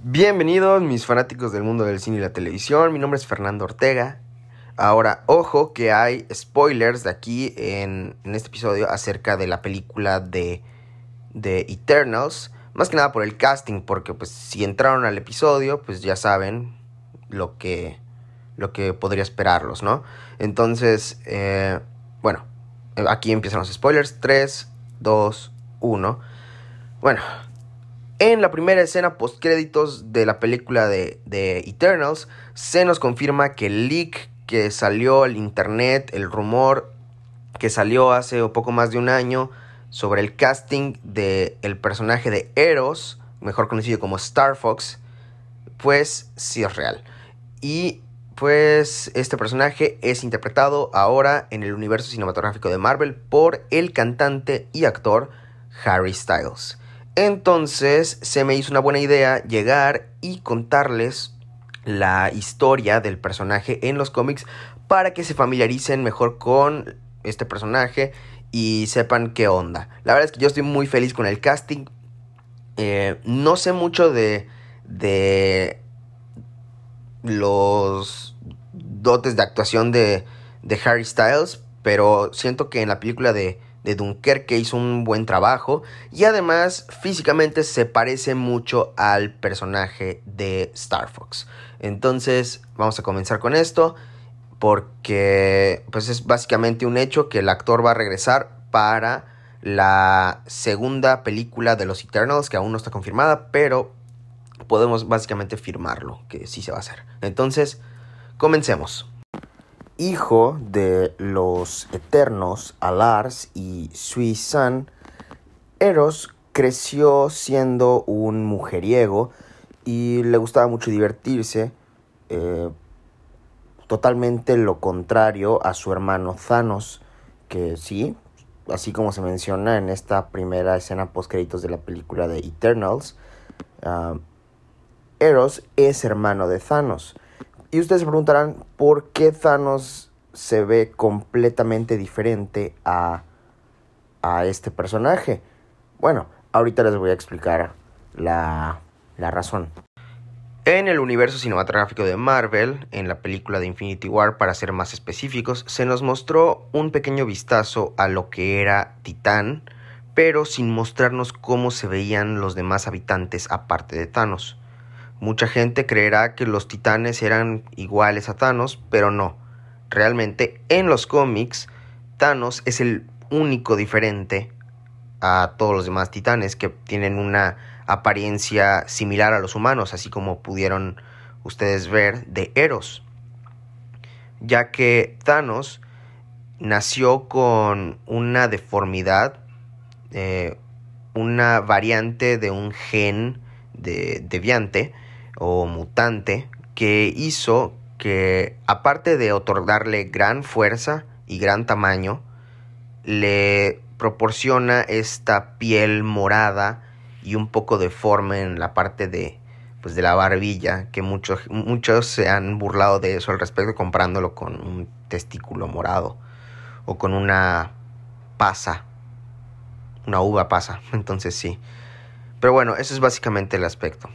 Bienvenidos mis fanáticos del mundo del cine y la televisión, mi nombre es Fernando Ortega. Ahora, ojo que hay spoilers de aquí en este episodio acerca de la película de Eternals. Más que nada por el casting, porque pues si entraron al episodio, pues ya saben lo que podría esperarlos, ¿no? Entonces, bueno, aquí empiezan los spoilers. 3, 2, 1. Bueno, en la primera escena postcréditos de la película de Eternals, se nos confirma que el leak que salió al internet, el rumor que salió hace poco más de un año sobre el casting del personaje de Eros, mejor conocido como Star Fox, pues sí es real. Y pues este personaje es interpretado ahora en el universo cinematográfico de Marvel por el cantante y actor Harry Styles. Entonces se me hizo una buena idea llegar y contarles la historia del personaje en los cómics para que se familiaricen mejor con este personaje y sepan qué onda. La verdad es que yo estoy muy feliz con el casting. No sé mucho de los dotes de actuación de Harry Styles, pero siento que en la película de Dunkerque hizo un buen trabajo y además físicamente se parece mucho al personaje de Star Fox. Entonces vamos a comenzar con esto porque pues es básicamente un hecho que el actor va a regresar para la segunda película de los Eternals, que aún no está confirmada, pero podemos básicamente firmarlo, que sí se va a hacer. Entonces, comencemos. Hijo de los Eternos, Alars y Sui-San, Eros creció siendo un mujeriego y le gustaba mucho divertirse, totalmente lo contrario a su hermano Thanos, que sí, así como se menciona en esta primera escena postcréditos de la película de Eternals, Eros es hermano de Thanos. Y ustedes se preguntarán por qué Thanos se ve completamente diferente a este personaje. Bueno, ahorita les voy a explicar la razón. En el universo cinematográfico de Marvel, en la película de Infinity War, para ser más específicos, se nos mostró un pequeño vistazo a lo que era Titán, pero sin mostrarnos cómo se veían los demás habitantes aparte de Thanos. Mucha gente creerá que los titanes eran iguales a Thanos, pero no. Realmente, en los cómics, Thanos es el único diferente a todos los demás titanes que tienen una apariencia similar a los humanos, así como pudieron ustedes ver de Eros. Ya que Thanos nació con una deformidad, una variante de un gen deviante o mutante que hizo que, aparte de otorgarle gran fuerza y gran tamaño, le proporciona esta piel morada y un poco deforme en la parte de la barbilla, que muchos se han burlado de eso al respecto, comparándolo con un testículo morado o con una pasa, una uva pasa. Entonces sí. Pero bueno, eso es básicamente el aspecto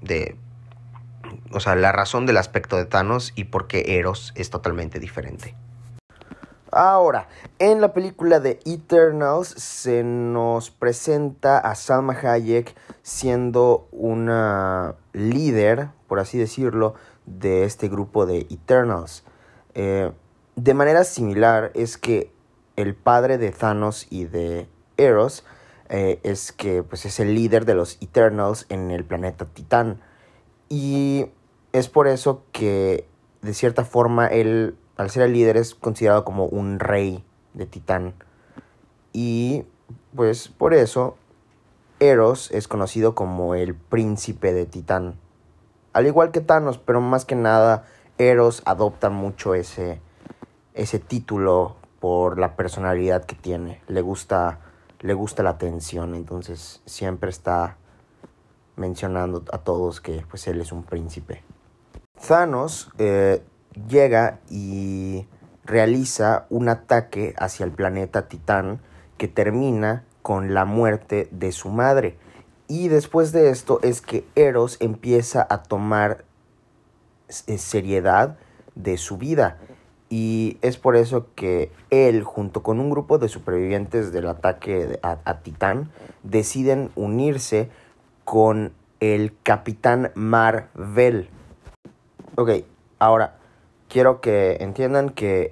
la razón del aspecto de Thanos y por qué Eros es totalmente diferente. Ahora, en la película de Eternals se nos presenta a Salma Hayek siendo una líder, por así decirlo, de este grupo de Eternals. De manera similar es que el padre de Thanos y de Eros es que pues, es el líder de los Eternals en el planeta Titán. Y es por eso que, de cierta forma, él, al ser el líder, es considerado como un rey de Titán. Y, pues, por eso, Eros es conocido como el príncipe de Titán. Al igual que Thanos, pero más que nada, Eros adopta mucho ese título por la personalidad que tiene. Le gusta la atención, entonces siempre está mencionando a todos que pues él es un príncipe. Thanos llega y realiza un ataque hacia el planeta Titán que termina con la muerte de su madre. Y después de esto es que Eros empieza a tomar seriedad de su vida. Y es por eso que él, junto con un grupo de supervivientes del ataque a Titán, deciden unirse con el Capitán Mar-Vell. Ok, ahora quiero que entiendan que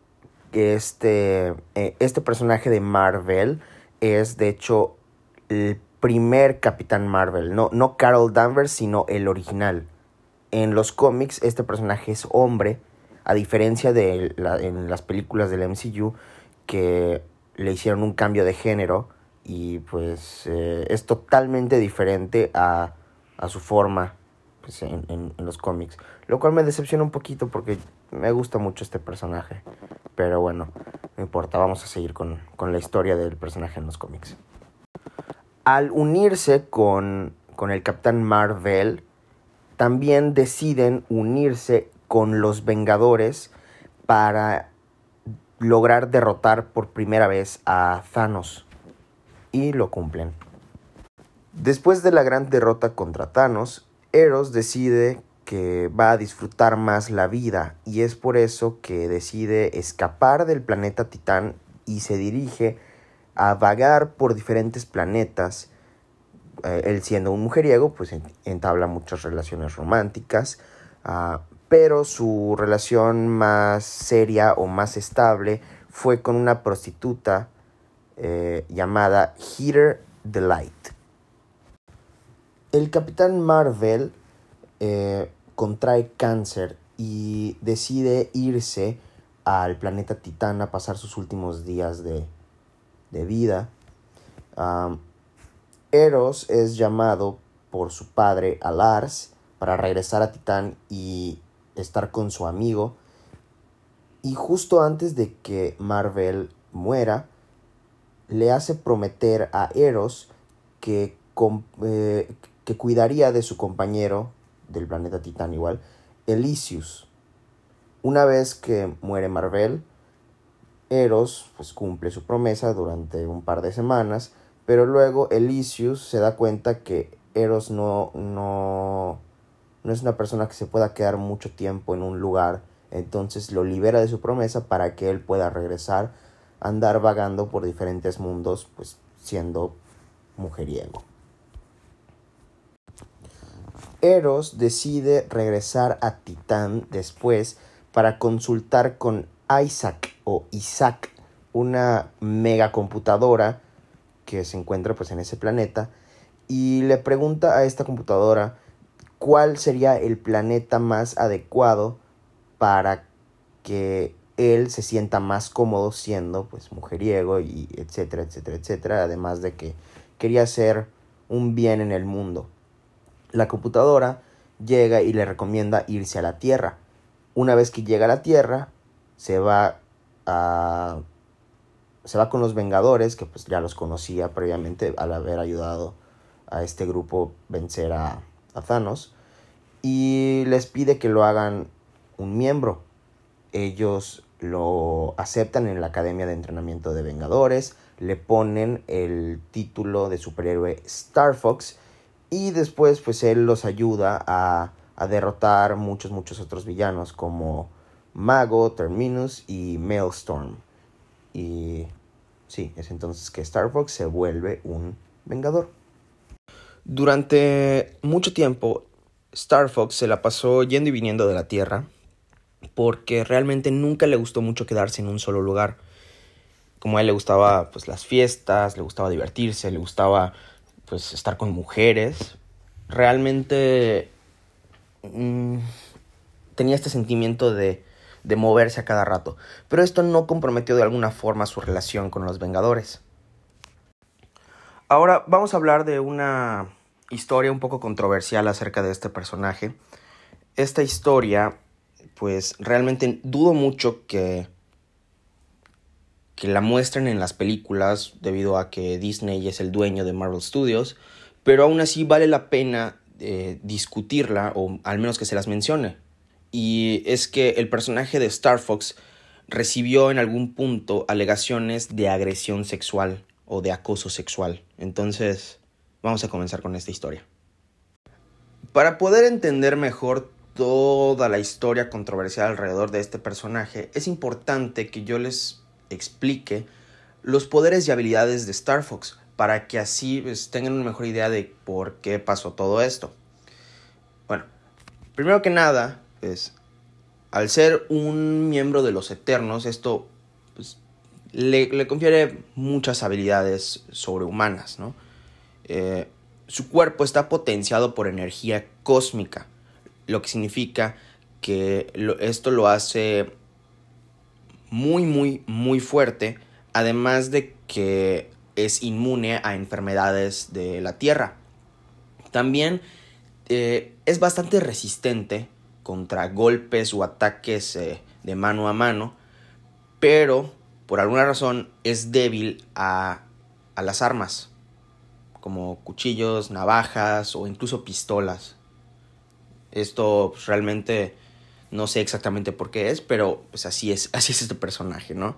este personaje de Mar-Vell es de hecho el primer Capitán Marvel, no Carol Danvers, sino el original. En los cómics este personaje es hombre, a diferencia de en las películas del MCU, que le hicieron un cambio de género y pues es totalmente diferente a su forma pues, en los cómics. Lo cual me decepciona un poquito porque me gusta mucho este personaje. Pero bueno, no importa, vamos a seguir con la historia del personaje en los cómics. Al unirse con el Capitán Mar-Vell, también deciden unirse con los Vengadores para lograr derrotar por primera vez a Thanos. Y lo cumplen. Después de la gran derrota contra Thanos, Eros decide que va a disfrutar más la vida y es por eso que decide escapar del planeta Titán y se dirige a vagar por diferentes planetas. Él siendo un mujeriego, pues entabla muchas relaciones románticas, pero su relación más seria o más estable fue con una prostituta llamada Heather Delight. El Capitán Mar-Vell contrae cáncer y decide irse al planeta Titán a pasar sus últimos días de vida. Eros es llamado por su padre a Lars para regresar a Titán y estar con su amigo. Y justo antes de que Mar-Vell muera, le hace prometer a Eros que cuidaría de su compañero del planeta Titán igual, Elysius. Una vez que muere Mar-Vell, Eros pues, cumple su promesa durante un par de semanas, pero luego Elysius se da cuenta que Eros no es una persona que se pueda quedar mucho tiempo en un lugar, entonces lo libera de su promesa para que él pueda regresar a andar vagando por diferentes mundos, pues siendo mujeriego. Eros decide regresar a Titán después para consultar con Isaac, una megacomputadora que se encuentra pues, en ese planeta, y le pregunta a esta computadora cuál sería el planeta más adecuado para que él se sienta más cómodo siendo pues, mujeriego y etcétera, etcétera, etcétera, además de que quería hacer un bien en el mundo. La computadora llega y le recomienda irse a la Tierra. Una vez que llega a la Tierra, se va con los Vengadores, que pues ya los conocía previamente al haber ayudado a este grupo vencer a Thanos, y les pide que lo hagan un miembro. Ellos lo aceptan en la Academia de Entrenamiento de Vengadores, le ponen el título de superhéroe Star Fox, y después pues él los ayuda a derrotar muchos otros villanos como Mago, Terminus y Maelstrom. Y sí, es entonces que Star Fox se vuelve un Vengador. Durante mucho tiempo Star Fox se la pasó yendo y viniendo de la Tierra porque realmente nunca le gustó mucho quedarse en un solo lugar. Como a él le gustaba pues las fiestas, le gustaba divertirse, le gustaba pues estar con mujeres, realmente tenía este sentimiento de moverse a cada rato, pero esto no comprometió de alguna forma su relación con los Vengadores. Ahora vamos a hablar de una historia un poco controversial acerca de este personaje. Esta historia, pues realmente dudo mucho que la muestren en las películas debido a que Disney es el dueño de Marvel Studios, pero aún así vale la pena discutirla o al menos que se las mencione. Y es que el personaje de Star Fox recibió en algún punto alegaciones de agresión sexual o de acoso sexual. Entonces, vamos a comenzar con esta historia. Para poder entender mejor toda la historia controversial alrededor de este personaje, es importante que yo les explique los poderes y habilidades de Star Fox, para que así tengan una mejor idea de por qué pasó todo esto. Bueno, primero que nada, al ser un miembro de los Eternos, esto le confiere muchas habilidades sobrehumanas, ¿no? Su cuerpo está potenciado por energía cósmica, lo que significa que esto lo hace muy fuerte, además de que es inmune a enfermedades de la Tierra. También es bastante resistente contra golpes o ataques de mano a mano, pero por alguna razón es débil a las armas, como cuchillos, navajas o incluso pistolas. Esto realmente no sé exactamente por qué es, pero pues así es este personaje, ¿no?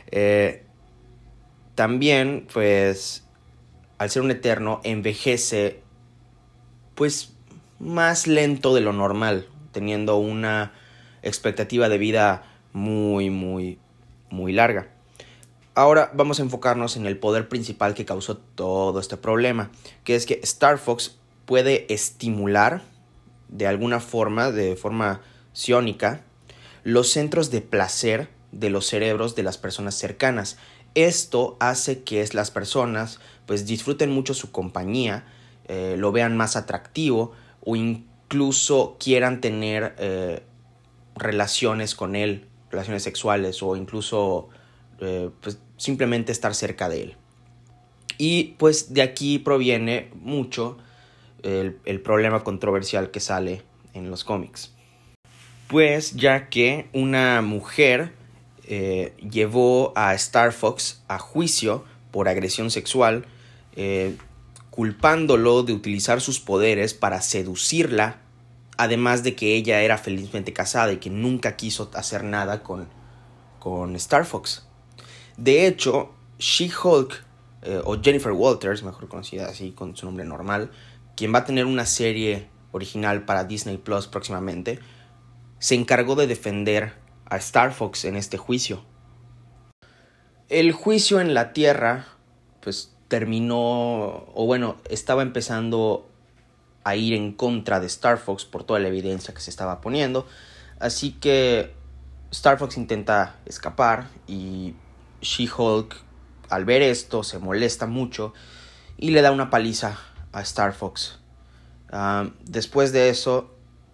También, pues, al ser un eterno, envejece, pues, más lento de lo normal, teniendo una expectativa de vida muy larga. Ahora vamos a enfocarnos en el poder principal que causó todo este problema, que es que Star Fox puede estimular de alguna forma, de forma psiónica, los centros de placer de los cerebros de las personas cercanas. Esto hace que las personas pues disfruten mucho su compañía, lo vean más atractivo o incluso quieran tener relaciones con él, relaciones sexuales o incluso pues simplemente estar cerca de él. Y pues de aquí proviene mucho el problema controversial que sale en los cómics. Pues ya que una mujer llevó a Star Fox a juicio por agresión sexual, culpándolo de utilizar sus poderes para seducirla, además de que ella era felizmente casada y que nunca quiso hacer nada con Star Fox. De hecho, She-Hulk, o Jennifer Walters, mejor conocida así con su nombre normal, quien va a tener una serie original para Disney Plus próximamente, se encargó de defender a Star Fox en este juicio. El juicio en la Tierra pues terminó, o bueno, estaba empezando a ir en contra de Star Fox por toda la evidencia que se estaba poniendo, así que Star Fox intenta escapar y She-Hulk, al ver esto, se molesta mucho y le da una paliza a Star Fox. Después de eso,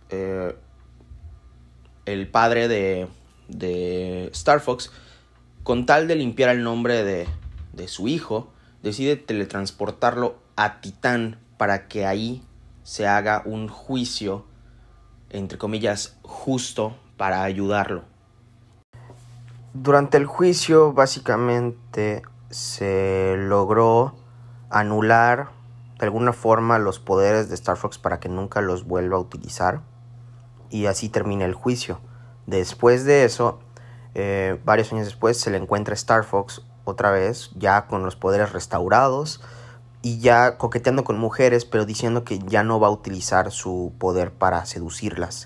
el padre de Star Fox, con tal de limpiar el nombre de su hijo, decide teletransportarlo a Titán para que ahí se haga un juicio, entre comillas, justo para ayudarlo. Durante el juicio, básicamente, se logró anular de alguna forma los poderes de Star Fox para que nunca los vuelva a utilizar. Y así termina el juicio. Después de eso, varios años después, se le encuentra Star Fox otra vez, ya con los poderes restaurados y ya coqueteando con mujeres, pero diciendo que ya no va a utilizar su poder para seducirlas.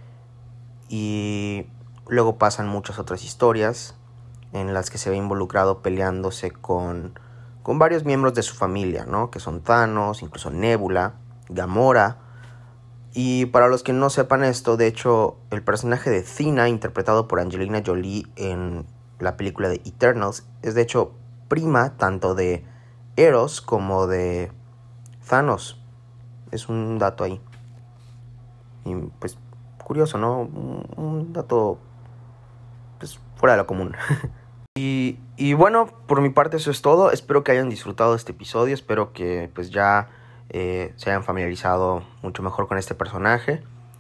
Y luego pasan muchas otras historias en las que se ve involucrado peleándose con varios miembros de su familia, ¿no? Que son Thanos, incluso Nebula, Gamora. Y para los que no sepan esto, de hecho, el personaje de Thena, interpretado por Angelina Jolie en la película de Eternals, es de hecho prima tanto de Eros como de Thanos. Es un dato ahí. Y pues curioso, ¿no? Un dato pues fuera de lo común. Y bueno, por mi parte eso es todo. Espero que hayan disfrutado de este episodio. Espero que pues ya se hayan familiarizado mucho mejor con este personaje.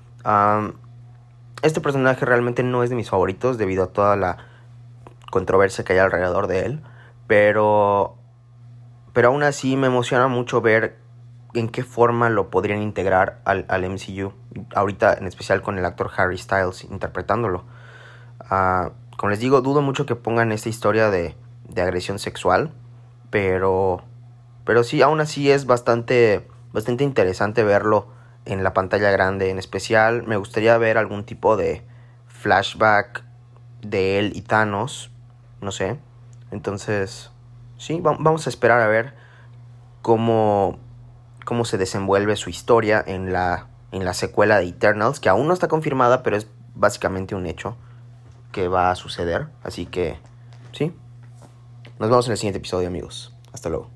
Este personaje realmente no es de mis favoritos debido a toda la controversia que hay alrededor de él. Pero aún así me emociona mucho ver en qué forma lo podrían integrar al MCU. Ahorita en especial con el actor Harry Styles interpretándolo. Como les digo, dudo mucho que pongan esta historia de agresión sexual. Pero Pero sí, aún así es bastante interesante verlo en la pantalla grande. En especial me gustaría ver algún tipo de flashback de él y Thanos, no sé. Entonces, sí, vamos a esperar a ver cómo se desenvuelve su historia en la secuela de Eternals, que aún no está confirmada, pero es básicamente un hecho que va a suceder. Así que, sí, nos vemos en el siguiente episodio, amigos. Hasta luego.